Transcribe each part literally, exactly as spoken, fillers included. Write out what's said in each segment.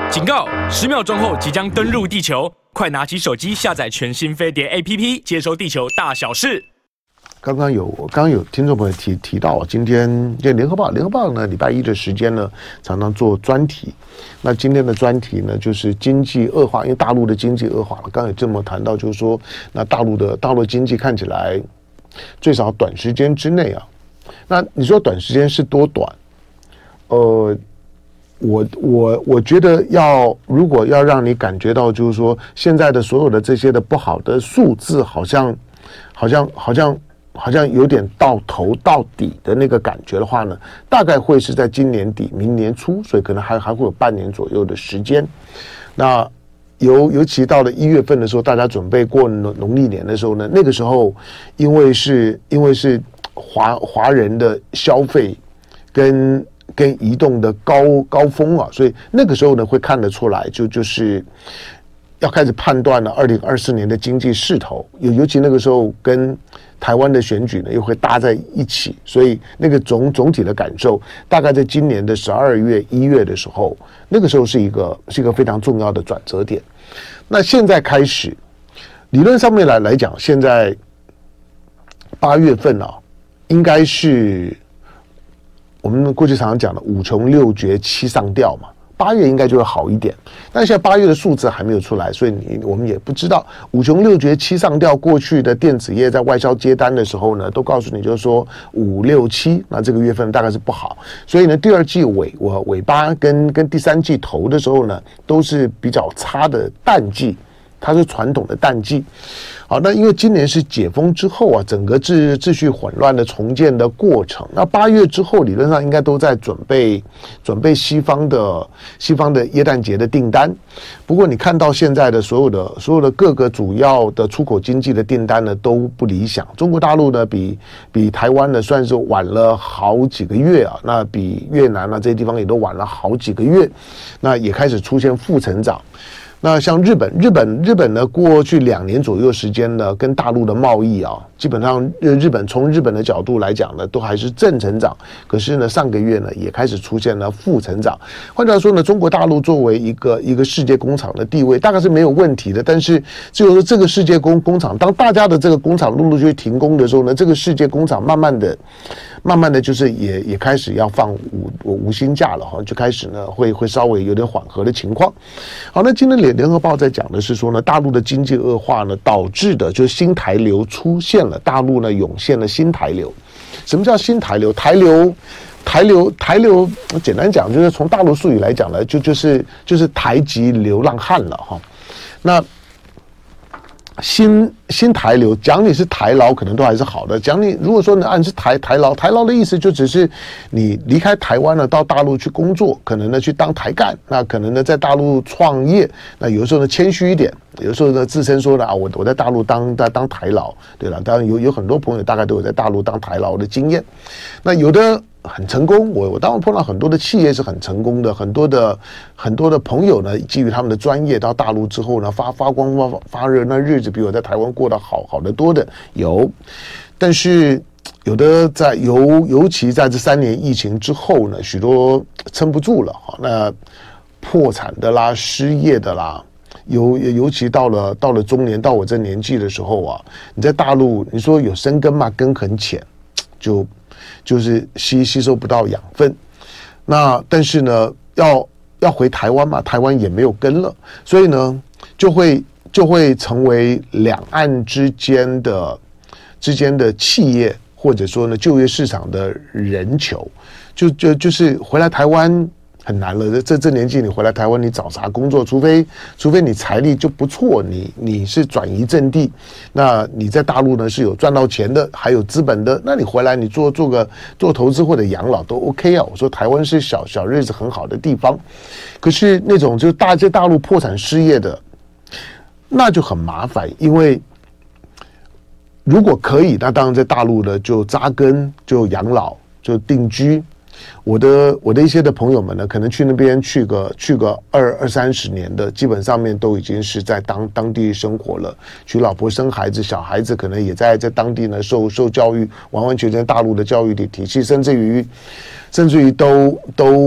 警告！十秒钟后即将登陆地球，快拿起手机下载全新飞碟 A P P， 接收地球大小事。 刚刚有刚刚有听众朋友提提到，今天这联合报联合报呢，礼拜一的时间呢，常常做专题。那今天的专题呢，就是经济恶化，因为大陆的经济恶化了。刚才这么谈到，就是说，那大陆的大陆经济看起来，最少短时间之内啊，那你说短时间是多短？呃。我我我觉得要如果要让你感觉到就是说现在的所有的这些的不好的数字好像好像好像好像有点到头到底的那个感觉的话呢，大概会是在今年底明年初，所以可能还还会有半年左右的时间。那尤尤其到了一月份的时候，大家准备过农农历年的时候呢，那个时候因为是因为是华华人的消费跟跟移动的高高峰啊，所以那个时候呢会看得出来，就就是要开始判断了二零二四年的经济势头，尤尤其那个时候跟台湾的选举呢又会搭在一起，所以那个总总体的感受，大概在今年的十二月一月的时候，那个时候是一个是一个非常重要的转折点。那现在开始，理论上面来来讲，现在八月份啊，应该是。我们过去常常讲的五穷六绝七上吊嘛，八月应该就会好一点，但现在八月的数字还没有出来，所以你我们也不知道五穷六绝七上吊。过去的电子业在外销接单的时候呢，都告诉你就是说五六七，那这个月份大概是不好，所以呢，第二季尾我尾巴跟跟第三季头的时候呢，都是比较差的淡季，它是传统的淡季。好，那因为今年是解封之后啊，整个秩秩序混乱的重建的过程。那八月之后，理论上应该都在准备准备西方的西方的耶诞节的订单。不过你看到现在的所有的所有的各个主要的出口经济的订单呢都不理想。中国大陆呢比比台湾呢算是晚了好几个月啊，那比越南啊这些地方也都晚了好几个月，那也开始出现负成长。那像日本，日本日本呢，过去两年左右时间呢，跟大陆的贸易啊，基本上日本从日本的角度来讲呢，都还是正成长。可是呢，上个月呢，也开始出现了负成长。换句话说呢，中国大陆作为一个一个世界工厂的地位，大概是没有问题的。但是，只有说这个世界工工厂，当大家的这个工厂陆陆续续停工的时候呢，这个世界工厂慢慢的。慢慢的就是也也开始要放无无薪假了哈，就开始呢会会稍微有点缓和的情况。好，那今天联联合报在讲的是说呢，大陆的经济恶化呢导致的就是新台流出现了，大陆呢涌现了新台流。什么叫新台流？台流台流台流，简单讲就是从大陆术语来讲呢，就就是就是台籍流浪汉了哈。那新新台流，讲你是台劳可能都还是好的。讲你如果说你按是台台劳，台劳的意思就只是你离开台湾了，到大陆去工作，可能呢去当台干，那可能呢在大陆创业，那有的时候呢谦虚一点，有的时候呢自称说呢啊我我在大陆当当当台劳，对了，当然有有很多朋友大概都有在大陆当台劳的经验，那有的。很成功，我我当然碰到很多的企业是很成功的，很多的很多的朋友呢，基于他们的专业到大陆之后呢，发发光发发热，那日子比我在台湾过得好好得多的有，但是有的在尤尤其在这三年疫情之后呢，许多撑不住了，那破产的啦，失业的啦。尤尤其到了到了中年，到我这年纪的时候啊，你在大陆，你说有生根嘛，根很浅，就。就是吸吸收不到养分，那但是呢，要要回台湾嘛，台湾也没有根了，所以呢，就会就会成为两岸之间的之间的企业或者说呢就业市场的人球，就就就是回来台湾。很难了，这这年纪你回来台湾，你找啥工作？除非除非你财力就不错，你你是转移阵地，那你在大陆呢是有赚到钱的，还有资本的，那你回来你做做个做投资或者养老都 OK 啊。我说台湾是小小日子很好的地方，可是那种就大在大陆破产失业的，那就很麻烦，因为如果可以，那当然在大陆呢就扎根，就养老，就定居。我的我的一些的朋友们呢，可能去那边去个去个二二三十年的，基本上面都已经是在当当地生活了，娶老婆生孩子，小孩子可能也在在当地呢受受教育，完完全全大陆的教育的体系，甚至于甚至于都都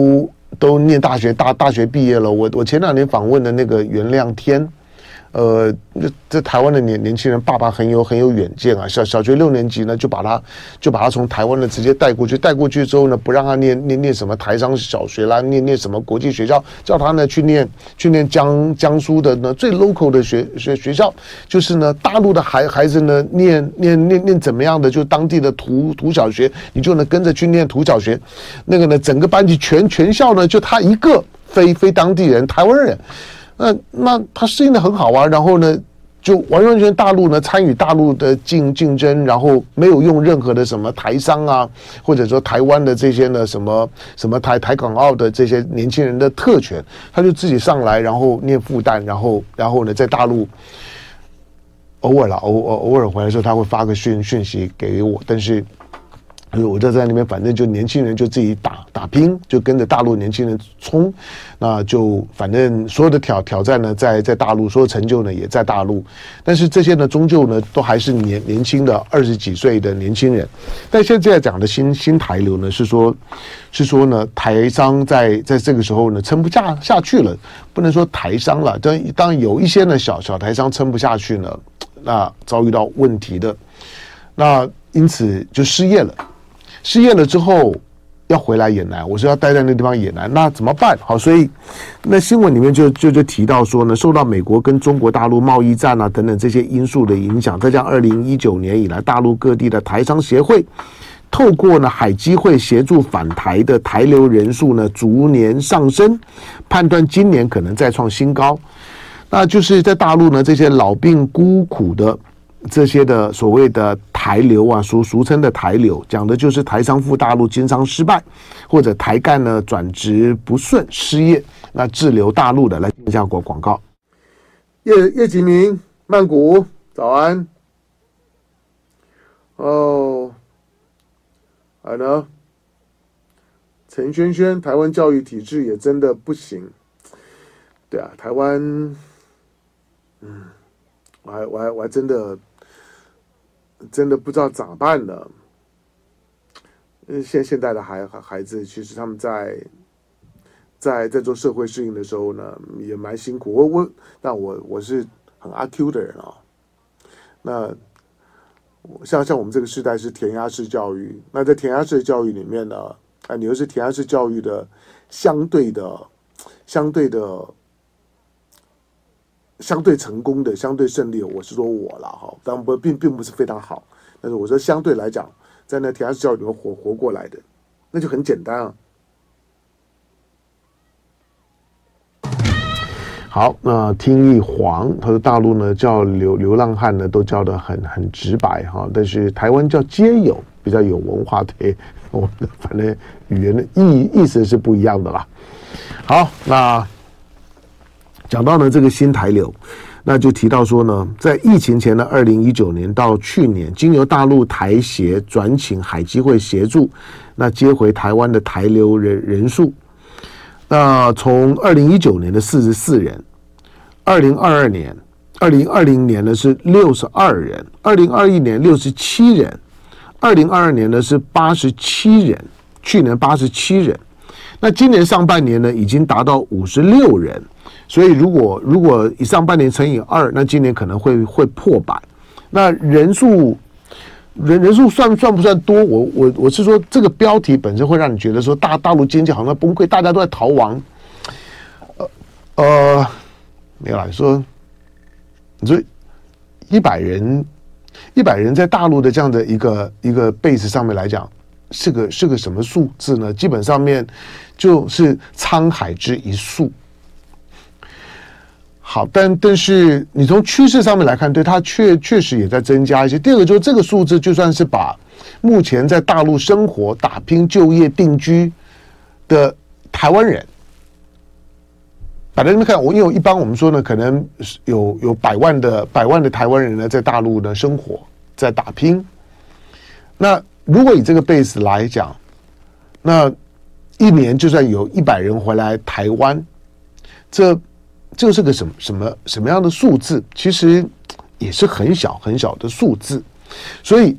都念大学，大大学毕业了。我我前两年访问的那个袁亮天。呃，这台湾的年年轻人，爸爸很有很有远见啊。小小学六年级呢，就把他就把他从台湾呢直接带过去，带过去之后呢，不让他念念念什么台商小学啦，念念什么国际学校，叫他呢去念去念江江苏的呢最 local 的学学学校，就是呢大陆的孩孩子呢念念念念怎么样的，就当地的土土小学，你就能跟着去念土小学。那个呢，整个班级全全校呢就他一个非非当地人，台湾人。那那他适应的很好啊，然后呢，就完完全大陆呢参与大陆的竞竞争，然后没有用任何的什么台商啊，或者说台湾的这些呢什么什么台台港澳的这些年轻人的特权，他就自己上来，然后念复旦，然后然后呢在大陆偶尔啦，偶偶偶尔回来的时候他会发个讯讯息给我，但是。我就在那边，反正就年轻人就自己打打拼，就跟着大陆年轻人冲，那就反正所有的挑挑战呢，在在大陆，所有成就呢也在大陆，但是这些呢，终究呢都还是年年轻的二十几岁的年轻人。但现在讲的新新台流呢，是说，是说呢，台商在在这个时候呢撑不下下去了，不能说台商了，但当有一些呢小小台商撑不下去呢，那遭遇到问题的，那因此就失业了。失业了之后要回来也难，我说要待在那个地方也难，那怎么办？好，所以那新闻里面就就就提到说呢，受到美国跟中国大陆贸易战啊等等这些因素的影响，再加上二零一九年以来大陆各地的台商协会透过呢海基会协助返台的台流人数呢逐年上升，判断今年可能再创新高。那就是在大陆呢这些老病孤苦的。这些的所谓的台流啊，俗俗称的台流，讲的就是台商赴大陆经商失败，或者台干呢转职不顺失业，那滞留大陆的。来听一下广广告。叶叶启明，曼谷，早安。哦，还呢？陈轩轩，台湾教育体制也真的不行。对啊，台湾，嗯，我还我还我还真的。真的不知道咋办了。现现在的孩孩子，其实他们在在在做社会适应的时候呢，也蛮辛苦。我我，但我我是很阿 Q 的人啊。那像像我们这个时代是填鸭式教育，那在填鸭式教育里面呢，啊，你又是填鸭式教育的相对的相对的。相对成功的、相对胜利，我是说我了哈，当然不并并不是非常好，但是我说相对来讲，在那填鸭式教育里面活活过来的，那就很简单啊。好，那听一黄，他说大陆呢叫流流浪汉呢都叫得很很直白哈，但是台湾叫街友，比较有文化的，我反正语言的意意思是不一样的啦。好，那。讲到呢这个新台流，那就提到说呢，在疫情前的二零一九年到去年，经由大陆台协转请海基会协助，那接回台湾的台流人人数，那从二零一九年的四十四人，二零二二年、二零二零年呢是六十二人，二零二一年六十七人，二零二二年呢是八十七人，去年八十七人，那今年上半年呢已经达到五十六人。所以如果如果以上半年乘以二，那今年可能会会破百。那人数人人数算算不算多？我我我是说，这个标题本身会让你觉得说大大陆经济好像崩溃，大家都在逃亡。呃呃，没有啦，你说你说一百人一百人在大陆的这样的一个一个 base 上面来讲，是个是个什么数字呢？基本上面就是沧海之一粟。好，但但是你从趋势上面来看，对它确确实也在增加一些。第二个就是这个数字，就算是把目前在大陆生活、打拼、就业、定居的台湾人摆在那边看，我因为一般我们说呢，可能有有百万的百万的台湾人呢在大陆呢生活，在打拼。那如果以这个 base 来讲，那一年就算有一百人回来台湾，这。这是个什么什么什么样的数字？其实也是很小很小的数字，所以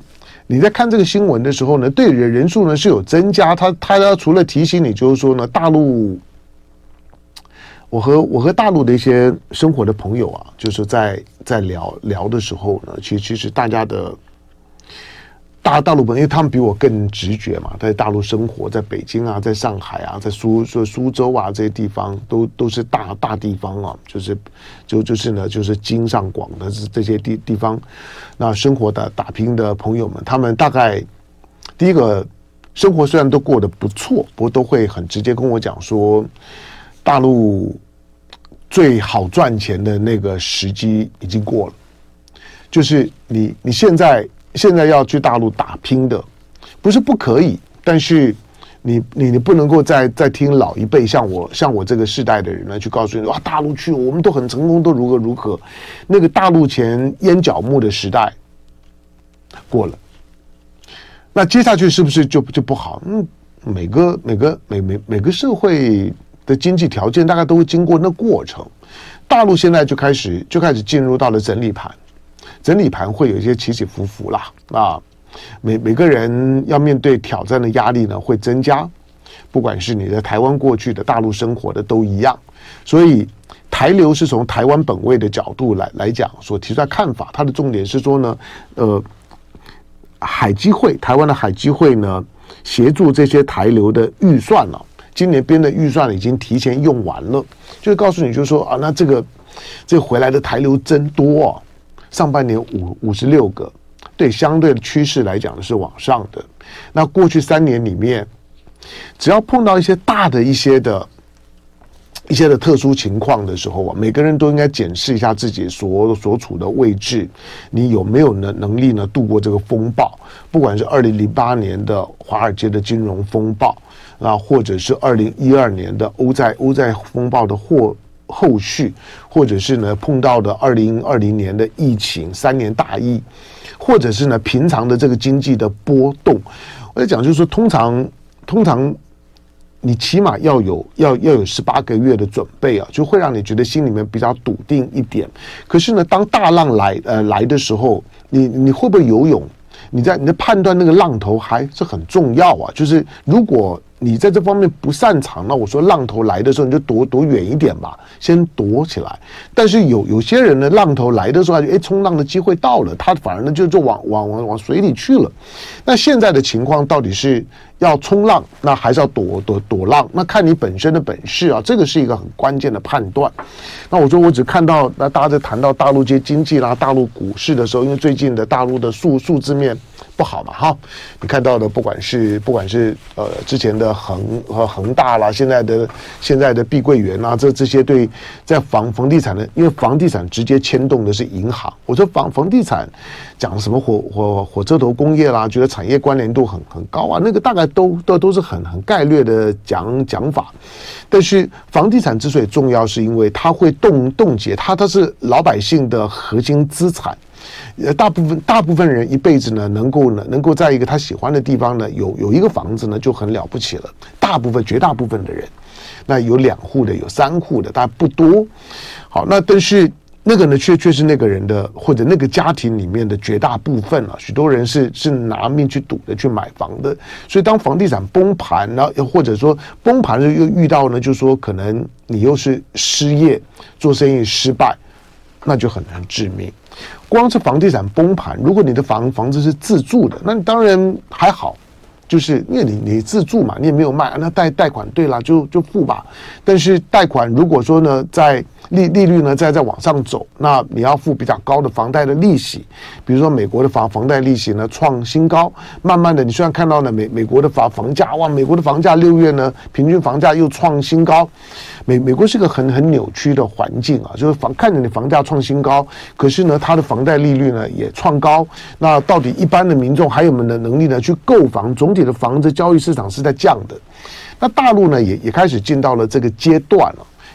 你在看这个新闻的时候呢，对人人数呢是有增加，他他要除了提醒你，就是说呢，大陆，我和我和大陆的一些生活的朋友啊，就是在在聊聊的时候呢，其实其实大家的。大大陆朋友，因为他们比我更直觉嘛，在大陆生活，在北京啊，在上海啊，在苏苏苏州啊这些地方，都都是大大地方啊，就是就就是呢，就是京上广的这些地地方，那生活的打拼的朋友们，他们大概第一个生活虽然都过得不错，不过都会很直接跟我讲说，大陆最好赚钱的那个时机已经过了，就是你你现在。现在要去大陆打拼的，不是不可以，但是你你你不能够再再听老一辈像我像我这个世代的人呢，去告诉你哇，大陆去我们都很成功，都如何如何。那个大陆前烟角木的时代过了，那接下去是不是就就不好？嗯，每个每个每每每个社会的经济条件大概都会经过那过程。大陆现在就开始就开始进入到了整理盘。整理盘会有一些起起伏伏啦，啊，每每个人要面对挑战的压力呢会增加，不管是你在台湾过去的、大陆生活的都一样。所以台流是从台湾本位的角度来来讲所提出来看法，它的重点是说呢，呃，海基会台湾的海基会呢协助这些台流的预算了、啊，今年编的预算已经提前用完了，就是告诉你就是说啊，那这个这个回来的台流真多啊。上半年五五十六个，对相对的趋势来讲是往上的。那过去三年里面，只要碰到一些大的一些的、一些的特殊情况的时候啊，每个人都应该检视一下自己所所处的位置，你有没有能能力呢度过这个风暴？不管是二零零八年的华尔街的金融风暴啊，或者是二零一二年的欧债欧债风暴的祸。后续，或者是呢碰到的二零二零年的疫情三年大疫，或者是呢平常的这个经济的波动，我在讲就是说，通常通常你起码要有要要有十八个月的准备啊，就会让你觉得心里面比较笃定一点。可是呢，当大浪来呃来的时候，你你会不会游泳？你在你的判断那个浪头还是很重要啊，就是如果。你在这方面不擅长，那我说浪头来的时候你就躲躲远一点吧，先躲起来。但是有有些人呢，浪头来的时候，他就哎冲浪的机会到了，他反而呢就就往往往往水里去了。那现在的情况到底是要冲浪，那还是要躲躲躲浪？那看你本身的本事啊，这个是一个很关键的判断。那我说我只看到那大家在谈到大陆这些经济啦、大陆股市的时候，因为最近的大陆的数数字面不好嘛，哈，你看到的不管是不管是呃之前的恒和恒大啦，现在的现在的碧桂园啊，这这些对在房房地产的，因为房地产直接牵动的是银行。我说房房地产讲什么火火火车头工业啦，觉得产业关联度很很高啊，那个大概都都都是很很概略的讲讲法。但是房地产之所以重要，是因为它会冻冻结它，它是老百姓的核心资产。呃，大部分大部分人一辈子呢，能够呢，能够在一个他喜欢的地方呢，有有一个房子呢，就很了不起了。大部分绝大部分的人，那有两户的，有三户的，但不多。好，那但是那个呢，却却是那个人的或者那个家庭里面的绝大部分啊，许多人是是拿命去赌的去买房的。所以当房地产崩盘，然后或者说崩盘了又遇到呢，就是说可能你又是失业，做生意失败，那就很很致命。光是房地产崩盘，如果你的房房子是自住的，那你当然还好，就是因为你你自住嘛，你也没有卖，那贷贷款对啦，就就付吧。但是贷款如果说呢，在利利率呢再再往上走，那你要付比较高的房贷的利息，比如说美国的房房贷利息呢创新高，慢慢的你虽然看到呢美美国的房房价哇，美国的房价六月呢平均房价又创新高。美美国是个很很扭曲的环境啊，就是房看着你房价创新高，可是呢，它的房贷利率呢也创高。那到底一般的民众还有没有能力呢去购房？总体的房子交易市场是在降的。那大陆呢也也开始进到了这个阶段了、啊，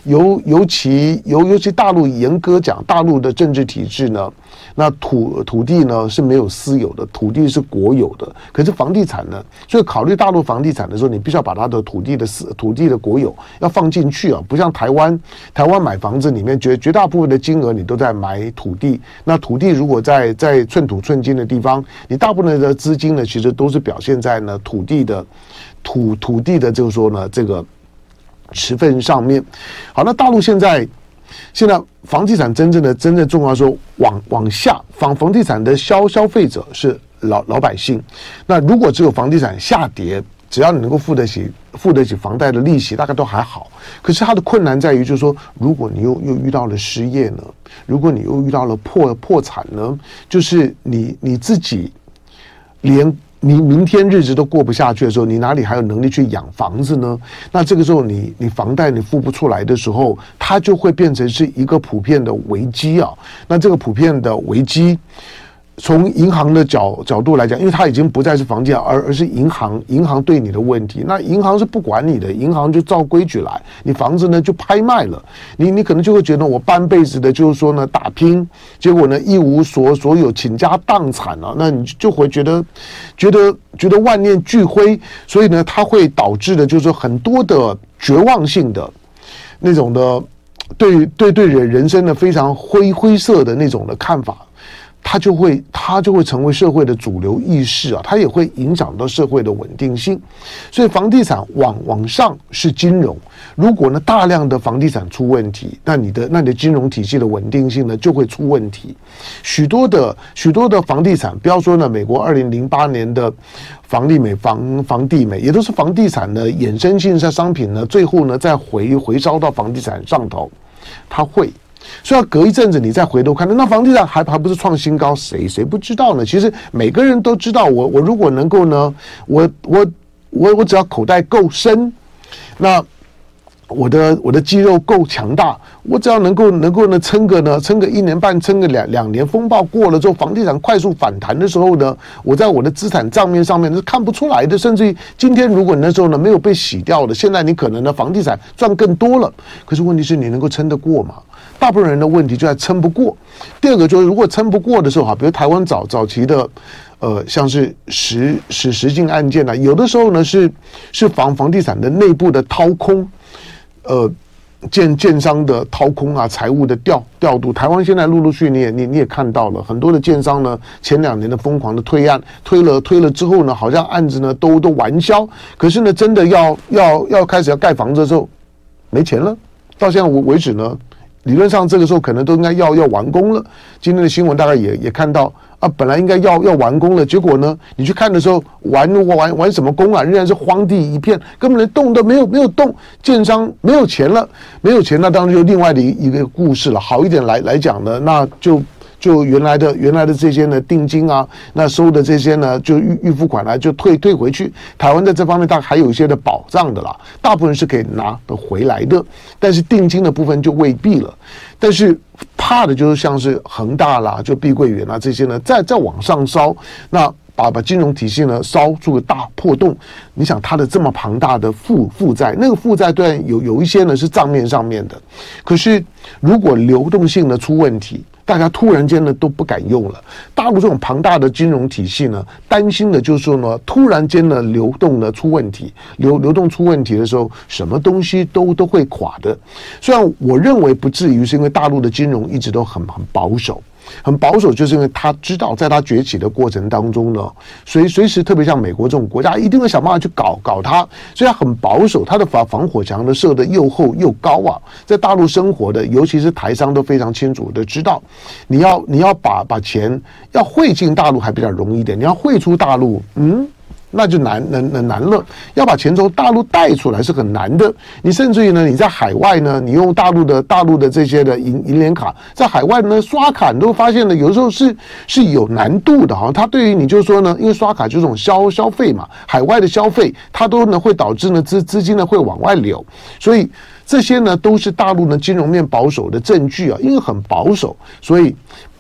尤尤其尤尤其大陆严格讲，大陆的政治体制呢，那土土地呢是没有私有的，土地是国有的。可是房地产呢，所以考虑大陆房地产的时候，你必须要把它的土地的私土地的国有要放进去啊，不像台湾，台湾买房子里面绝绝大部分的金额你都在买土地，那土地如果在在寸土寸金的地方，你大部分的资金呢，其实都是表现在呢土地的土土地的，就是说呢这个持份上面。好，那大陆现在现在房地产真正的真正重要说往往下房房地产的消消费者是老老百姓。那如果只有房地产下跌，只要你能够付得起付得起房贷的利息，大概都还好。可是它的困难在于，就是说，如果你又又遇到了失业呢，如果你又遇到了破破产呢，就是你你自己连你明天日子都过不下去的时候，你哪里还有能力去养房子呢？那这个时候你你房贷你付不出来的时候，它就会变成是一个普遍的危机啊。那这个普遍的危机，从银行的角角度来讲，因为它已经不再是房价，而而是银行银行对你的问题。那银行是不管你的，银行就照规矩来，你房子呢就拍卖了，你你可能就会觉得我半辈子的就是说呢打拼，结果呢一无所所有，倾家荡产了，那你就会觉得觉得觉得万念俱灰，所以呢它会导致的就是说很多的绝望性的那种的对对对人人生的非常灰灰色的那种的看法。它就会，它就会成为社会的主流意识啊，它也会影响到社会的稳定性。所以房地产往往上是金融，如果呢大量的房地产出问题，那你的那你的金融体系的稳定性呢就会出问题。许多的许多的房地产，不要说呢美国二零零八年的房地美房房地美，也都是房地产的衍生性的商品呢，最后呢再回回烧到房地产上头，它会。所以要隔一阵子你再回头看，那房地产还还不是创新高？谁谁不知道呢？其实每个人都知道，我我如果能够呢，我我我我只要口袋够深，那我的我的肌肉够强大，我只要能够能够呢撑个呢撑个一年半，撑个两两年，风暴过了之后，房地产快速反弹的时候呢，我在我的资产账面上面是看不出来的，甚至于今天如果你那时候呢没有被洗掉的，现在你可能呢房地产赚更多了，可是问题是你能够撑得过吗？大部分人的问题就在撑不过。第二个就是，如果撑不过的时候，哈，比如台湾早早期的，呃，像是实实实境案件啊，有的时候呢是是房房地产的内部的掏空，呃，建建商的掏空啊，财务的调调度。台湾现在陆陆续你也你你也看到了很多的建商呢，前两年的疯狂的推案，推了推了之后呢，好像案子呢都都完销，可是呢，真的要要要开始要盖房子的时候，没钱了。到现在为止呢。理论上这个时候可能都应该要要完工了。今天的新闻大概也也看到啊，本来应该要要完工了，结果呢，你去看的时候完完完什么工啊？仍然是荒地一片，根本连动都没有没有动，建商没有钱了，没有钱，那当然就另外的一个故事了。好一点来来讲呢，那就。就原来的原来的这些呢定金啊，那收的这些呢就预预付款呢就退退回去。台湾在这方面大概还有一些的保障的啦，大部分是可以拿得回来的，但是定金的部分就未必了。但是怕的就是像是恒大啦、就碧桂园啊这些呢，再再往上烧，那把把金融体系呢烧出个大破洞。你想它的这么庞大的负负债，那个负债对有有一些呢是账面上面的，可是如果流动性呢出问题。大家突然间呢都不敢用了。大陆这种庞大的金融体系呢，担心的就是说呢，突然间呢流动呢出问题，流流动出问题的时候，什么东西都都会垮的。虽然我认为不至于，是因为大陆的金融一直都很很保守。很保守，就是因为他知道，在他崛起的过程当中呢，随随时，特别像美国这种国家，一定会想办法去搞搞他，所以他很保守，他的防防火墙呢设的又厚又高啊。在大陆生活的，尤其是台商都非常清楚的知道，你要你要把把钱要汇进大陆还比较容易一点，你要汇出大陆，嗯。那就难难难难了，要把钱从大陆带出来是很难的。你甚至于呢，你在海外呢，你用大陆的大陆的这些的银银联卡，在海外呢刷卡，你都发现呢，有的时候是是有难度的哈。它对于你就是说呢，因为刷卡就是这种消消费嘛，海外的消费，它都呢会导致呢资资金呢会往外流，所以这些呢都是大陆呢金融面保守的证据啊，因为很保守，所以。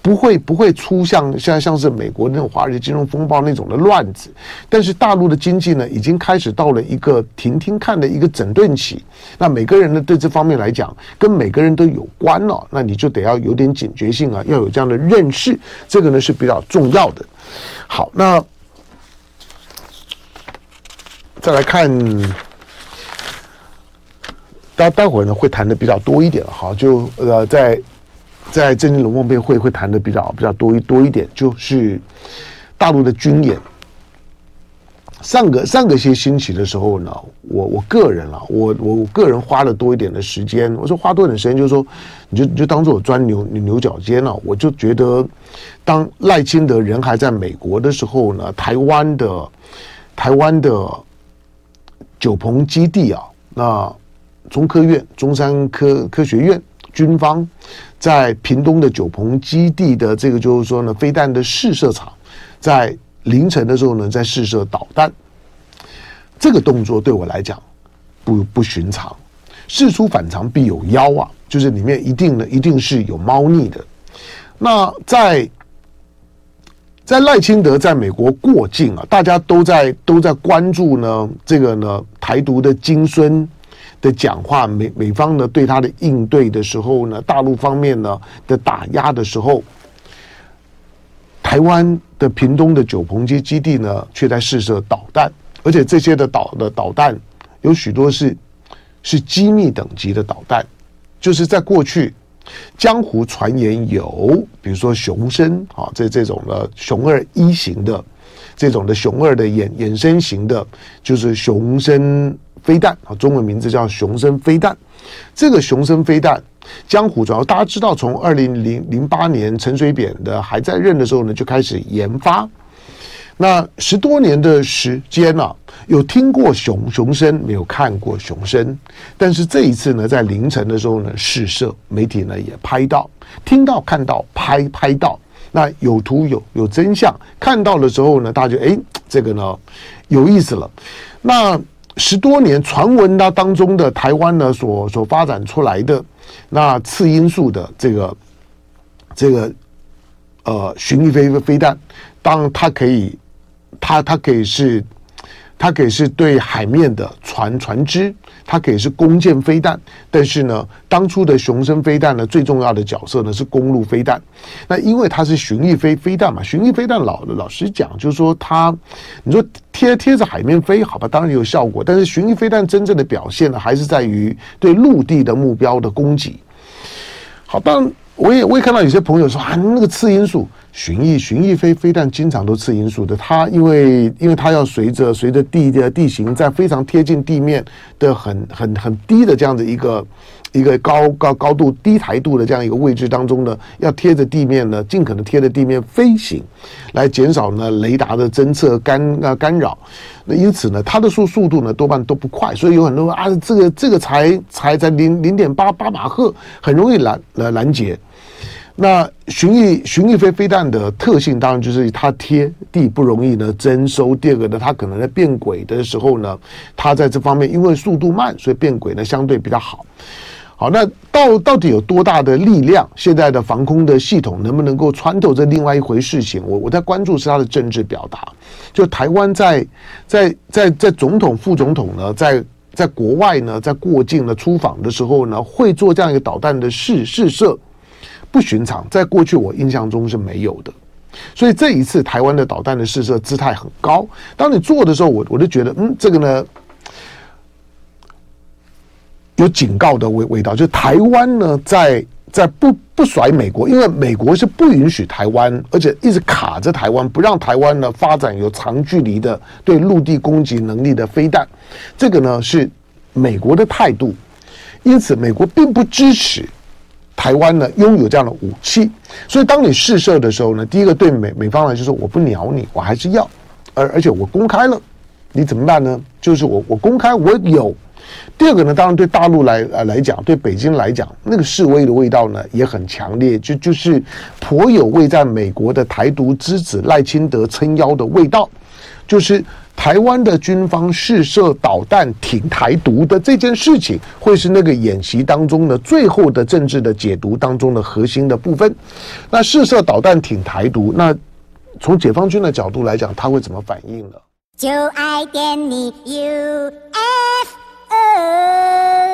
不会不会出像像像是美国那种华尔街金融风暴那种的乱子，但是大陆的经济呢，已经开始到了一个停停看的一个整顿期。那每个人呢，对这方面来讲，跟每个人都有关了、哦，那你就得要有点警觉性啊，要有这样的认识，这个呢是比较重要的。好，那再来看。待待会儿呢会谈的比较多一点，好，就呃在在政经龙凤配会会谈的比较比较多一多一点，就是大陆的军演。上个上个些星期的时候呢，我我个人啊，我我我个人花了多一点的时间，我说花多一点时间，就是说你就你就当做我钻牛牛角尖了、啊。我就觉得，当赖清德人还在美国的时候呢，台湾的台湾的九鹏基地啊，那。中科院、中山科科学院、军方在屏东的九鹏基地的这个就是说呢，飞弹的试射场，在凌晨的时候呢，在试射导弹。这个动作对我来讲不不寻常，事出反常必有妖啊，就是里面一定呢一定是有猫腻的。那在在赖清德在美国过境啊，大家都在都在关注呢这个呢台独的金孙。的讲话，美美方呢对他的应对的时候呢，大陆方面呢的打压的时候，台湾的屏东的九鹏基基地呢却在试射导弹，而且这些的导的导弹有许多是是机密等级的导弹，就是在过去江湖传言有，比如说雄升啊，这这种的雄二一型的这种的雄二的衍衍生型的，就是雄升。飞弹啊，中文名字叫雄升飞弹。这个雄升飞弹，江湖主要大家知道，从二零零八年陈水扁的还在任的时候呢，就开始研发。那十多年的时间呢、啊，有听过雄雄升，没有看过雄升。但是这一次呢，在凌晨的时候呢，试射，媒体呢也拍到，听到、看到、拍拍到。那有图有有真相，看到的时候呢，大家就哎，这个呢有意思了。那十多年传闻它当中的台湾呢所所发展出来的那次音速的这个这个呃巡弋飞飞弹，当然它可以它它可以是它可以是对海面的船船只，它可以是攻舰飞弹，但是呢，当初的雄升飞弹呢，最重要的角色呢是公路飞弹。那因为它是巡弋飞飞弹嘛，巡弋飞弹老老实讲，就是说它，你说贴贴着海面飞，好吧，当然有效果，但是巡弋飞弹真正的表现呢，还是在于对陆地的目标的攻击。好，当然我也我也看到有些朋友说啊，那个次音速。巡弋巡弋飞飞弹经常都次音速的，它因为因为它要随着随着地的地形在非常贴近地面的很很很低的这样的一个一个高高高度低台度的这样一个位置当中呢，要贴着地面呢，尽可能贴着地面飞行，来减少呢雷达的侦测干啊干扰。那因此呢，它的速速度呢多半都不快，所以有很多啊，这个这个才才才零零点八八马赫，很容易拦呃拦截。那巡弋巡弋飞飞弹的特性，当然就是它贴地不容易呢征收。第二个呢，它可能在变轨的时候呢，它在这方面因为速度慢，所以变轨呢相对比较好。好，那到到底有多大的力量？现在的防空的系统能不能够穿透？这另外一回事情。我我在关注是它的政治表达。就台湾在在在在总统、副总统呢，在在国外呢，在过境呢出访的时候呢，会做这样一个导弹的试试射。不寻常，在过去我印象中是没有的，所以这一次台湾的导弹的试射姿态很高。当你做的时候，我我就觉得，嗯，这个呢有警告的味味道，就台湾呢在在不不甩美国，因为美国是不允许台湾，而且一直卡着台湾，不让台湾呢发展有长距离的对陆地攻击能力的飞弹，这个呢是美国的态度，因此美国并不支持。台湾呢拥有这样的武器，所以当你试射的时候呢，第一个对美美方来说是我不鸟你，我还是要，而而且我公开了，你怎么办呢？就是我我公开我有。第二个呢，当然对大陆来呃来讲，对北京来讲，那个示威的味道呢也很强烈，就就是颇有为在美国的台独之子赖清德撑腰的味道，就是台湾的军方试射导弹挺台独的这件事情，会是那个演习当中的最后的政治的解读当中的核心的部分。那试射导弹挺台独，那从解放军的角度来讲，他会怎么反应呢？就爱点你 U F O。